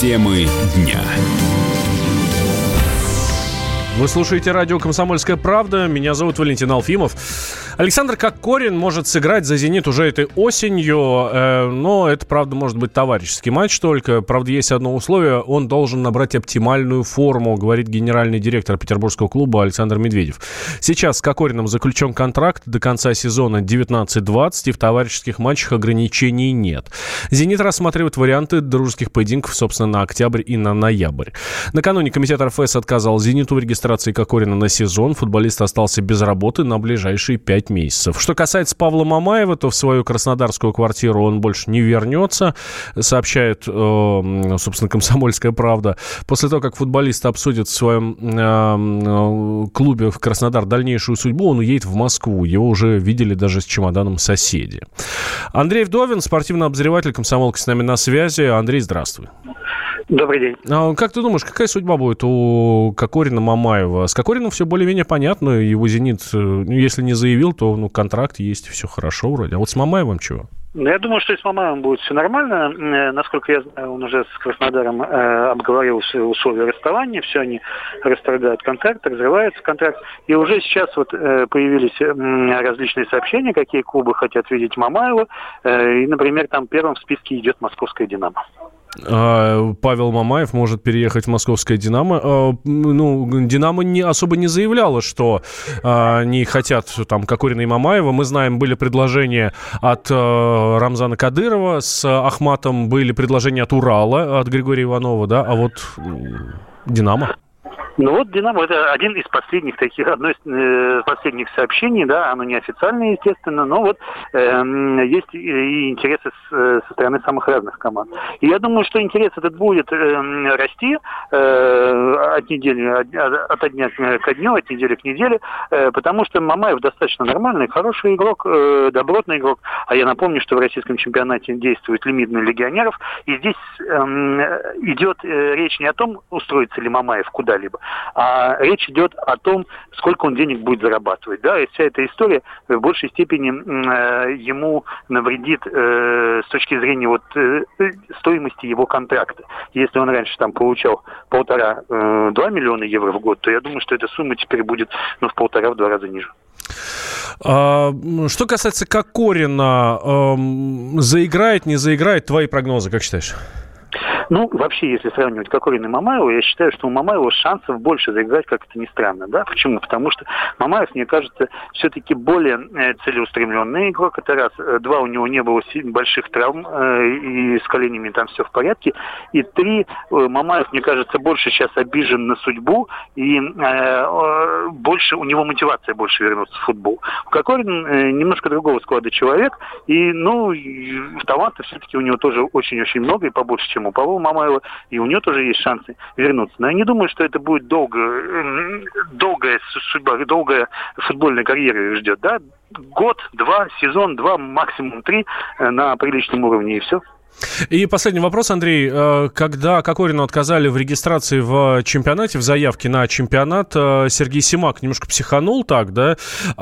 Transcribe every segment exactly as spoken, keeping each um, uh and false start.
Темы дня. Вы слушаете радио «Комсомольская правда». Меня зовут Валентин Алфимов. Александр Кокорин может сыграть за «Зенит» уже этой осенью, э, но это, правда, может быть товарищеский матч только. Правда, есть одно условие – он должен набрать оптимальную форму, говорит генеральный директор петербургского клуба Александр Медведев. Сейчас с Кокориным заключен контракт до конца сезона девятнадцать двадцать, и в товарищеских матчах ограничений нет. «Зенит» рассматривает варианты дружеских поединков, собственно, на октябрь и на ноябрь. Накануне комитет эр эф эс отказал «Зениту» в регистрации Кокорина на сезон. Футболист остался без работы на ближайшие пять месяцев. Что касается Павла Мамаева, то в свою краснодарскую квартиру он больше не вернется, сообщает, э, собственно, «Комсомольская правда». После того, как футболист обсудит в своем э, клубе в Краснодар дальнейшую судьбу, он уедет в Москву. Его уже видели даже с чемоданом соседи. Андрей Вдовин, спортивный обозреватель «Комсомолки», с нами на связи. Андрей, здравствуй. Добрый день. А как ты думаешь, какая судьба будет у Кокорина, Мамаева? С Кокорином все более-менее понятно. Его «Зенит», ну, если не заявил, то ну, контракт есть, все хорошо вроде. А вот с Мамаевым чего? Я думаю, что и с Мамаевым будет все нормально. Насколько я знаю, он уже с Краснодаром э, обговорил все условия расставания, все они расторгают контракт, разрывается контракт. И уже сейчас вот э, появились э, различные сообщения, какие клубы хотят видеть Мамаева. Э, и, например, там первым в списке идет московская «Динамо». Павел Мамаев может переехать в московское «Динамо». Ну, «Динамо» не, особо не заявляла, что они хотят там Кокорина и Мамаева. Мы знаем, были предложения от Рамзана Кадырова с Ахматом, были предложения от Урала, от Григория Иванова, да, а вот «Динамо». Ну вот «Динамо» — это один из последних таких, одно из э, последних сообщений, да, оно неофициальное, естественно, но вот э, есть и, и интересы с, со стороны самых разных команд. И я думаю, что интерес этот будет э, расти э, от недели, от, от дня к дню, от недели к неделе, э, потому что Мамаев достаточно нормальный, хороший игрок, э, добротный игрок, а я напомню, что в российском чемпионате действует лимит на легионеров, и здесь э, идет э, речь не о том, устроится ли Мамаев куда-либо, а речь идет о том, сколько он денег будет зарабатывать. Да, и вся эта история в большей степени э, ему навредит э, с точки зрения вот, э, стоимости его контракта. Если он раньше там получал полтора-два миллиона евро в год, то я думаю, что эта сумма теперь будет ну, в полтора-в два раза ниже. А, что касается Кокорина, э, заиграет, не заиграет, твои прогнозы, как считаешь? Ну, вообще, если сравнивать Кокорина и Мамаева, я считаю, что у Мамаева шансов больше заиграть, как это ни странно, да? Почему? Потому что Мамаев, мне кажется, все-таки более э, целеустремленный игрок, это раз. Два, у него не было больших травм, э, и с коленями там все в порядке. И три, э, Мамаев, мне кажется, больше сейчас обижен на судьбу, и э, э, больше, у него мотивация больше вернуться в футбол. Кокорин э, немножко другого склада человек, и, ну, таланта все-таки у него тоже очень-очень много, и побольше, чем у Павла Мамаева, и у него тоже есть шансы вернуться. Но я не думаю, что это будет долго, долгая судьба, долгая футбольная карьера ждет. Да? Год, два, сезон, два, максимум три на приличном уровне, и все. И последний вопрос, Андрей. Когда Кокорину отказали в регистрации в чемпионате, в заявке на чемпионат, Сергей Симак немножко психанул так, да?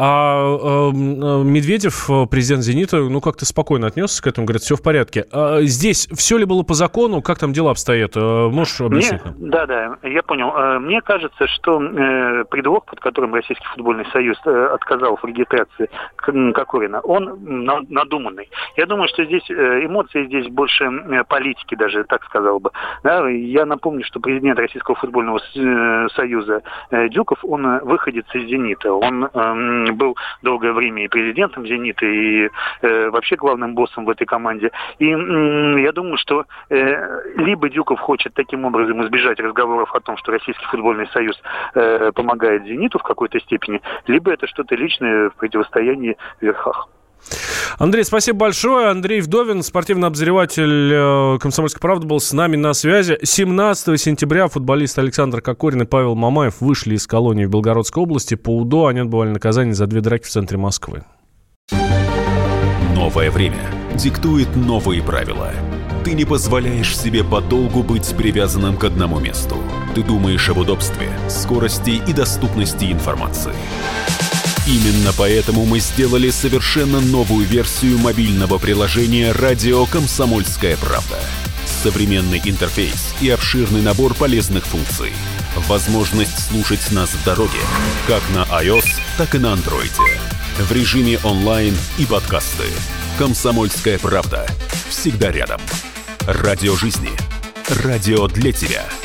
А Медведев, президент «Зенита», ну, как-то спокойно отнесся к этому, говорит, все в порядке. Здесь все ли было по закону? Как там дела обстоят? Можешь объяснить нам? Да, да, я понял. Мне кажется, что предлог, под которым Российский футбольный союз отказал в регистрации Кокорина, он надуманный. Я думаю, что здесь эмоции здесь больше политики даже, так сказал бы. Да, я напомню, что президент Российского футбольного союза Дюков, он выходец из «Зенита». Он э, был долгое время и президентом «Зенита», и э, вообще главным боссом в этой команде. И э, я думаю, что э, либо Дюков хочет таким образом избежать разговоров о том, что Российский футбольный союз э, помогает «Зениту» в какой-то степени, либо это что-то личное в противостоянии в верхах. Андрей, спасибо большое. Андрей Вдовин, спортивный обозреватель «Комсомольской правды», был с нами на связи. семнадцатого сентября футболисты Александр Кокорин и Павел Мамаев вышли из колонии в Белгородской области. По УДО они отбывали наказание за две драки в центре Москвы. Новое время диктует новые правила. Ты не позволяешь себе подолгу быть привязанным к одному месту. Ты думаешь об удобстве, скорости и доступности информации. Именно поэтому мы сделали совершенно новую версию мобильного приложения «Радио Комсомольская правда». Современный интерфейс и обширный набор полезных функций. Возможность слушать нас в дороге, как на iOS, так и на Android. В режиме онлайн и подкасты. «Комсомольская правда». Всегда рядом. Радио жизни. Радио для тебя.